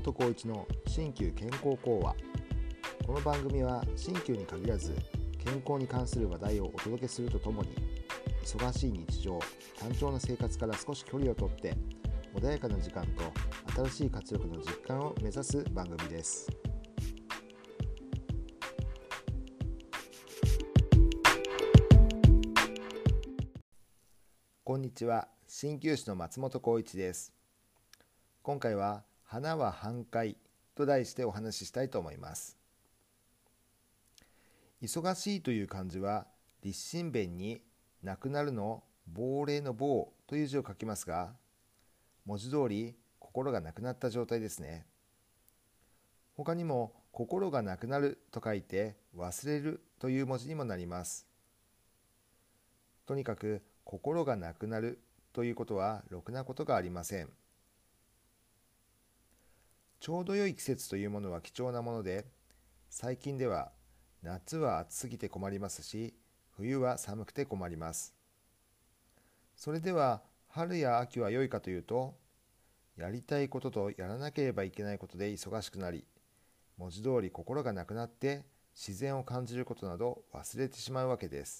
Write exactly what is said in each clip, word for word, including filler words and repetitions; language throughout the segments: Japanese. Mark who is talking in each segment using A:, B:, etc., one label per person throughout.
A: 本浩一の新旧健康講話。この番組は新旧に限らず健康に関する話題をお届けするとともに、忙しい日常、単調な生活から少し距離をとって穏やかな時間と新しい活力の実感を目指す番組です。こんにちは、鍼灸師の松本浩一です。今回は花は半開と題してお話ししたいと思います。忙しいという漢字は立身弁になくなるの亡霊の亡という字を書きますが、文字通り心がなくなった状態ですね。他にも心がなくなると書いて忘れるという文字にもなります。とにかく心がなくなるということはろくなことがありません。ちょうど良い季節というものは貴重なもので、最近では夏は暑すぎて困りますし、冬は寒くて困ります。それでは春や秋は良いかというと、やりたいこととやらなければいけないことで忙しくなり、文字通り心がなくなって自然を感じることなど忘れてしまうわけです。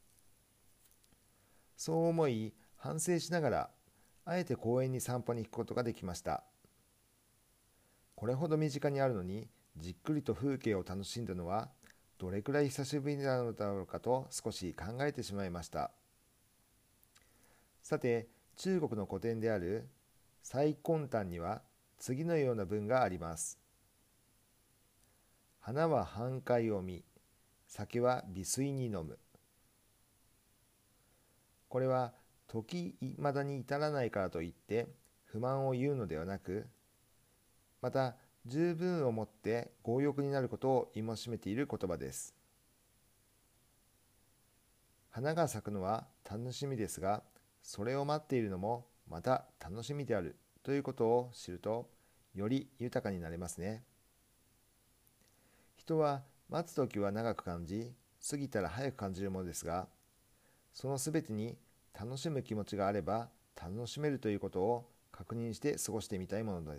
A: そう思い反省しながら、あえて公園に散歩に行くことができました。これほど身近にあるのにじっくりと風景を楽しんだのはどれくらい久しぶりなのだろうかと少し考えてしまいました。さて、中国の古典である菜根譚には次のような文があります。花は半開を見、酒は微水に飲む。これは時まだに至らないからといって不満を言うのではなく、また十分をもって強欲になることを戒めている言葉です。花が咲くのは楽しみですが、それを待っているのもまた楽しみであるということを知ると、より豊かになれますね。人は待つときは長く感じ、過ぎたら早く感じるものですが、そのすべてに楽しむ気持ちがあれば楽しめるということを確認して過ごしてみたいものです。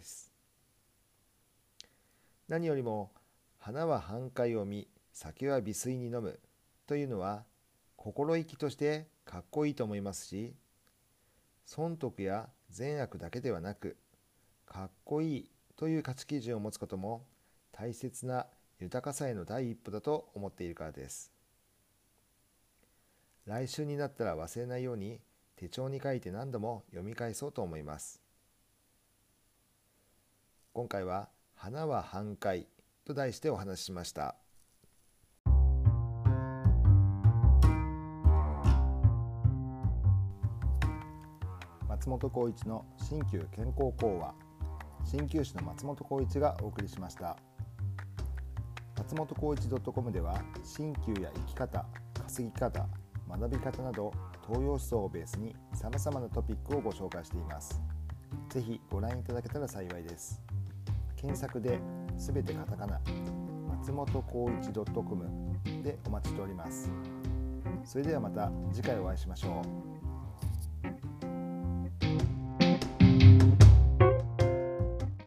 A: 何よりも花は半開を見、酒は微水に飲むというのは心意気としてかっこいいと思いますし、損得や善悪だけではなく、かっこいいという価値基準を持つことも大切な豊かさへの第一歩だと思っているからです。来週になったら忘れないように手帳に書いて何度も読み返そうと思います。今回は花は半開と題してお話ししました。松本浩一の鍼灸健康講話。鍼灸師の松本浩一がお送りしました。松本浩一 .com では鍼灸や生き方、稼ぎ方、学び方など東洋思想をベースにさまざまなトピックをご紹介しています。ぜひご覧いただけたら幸いです。検索ですべてカタカナ、松本浩一 .com でお待ちしております。それではまた次回お会いしましょう。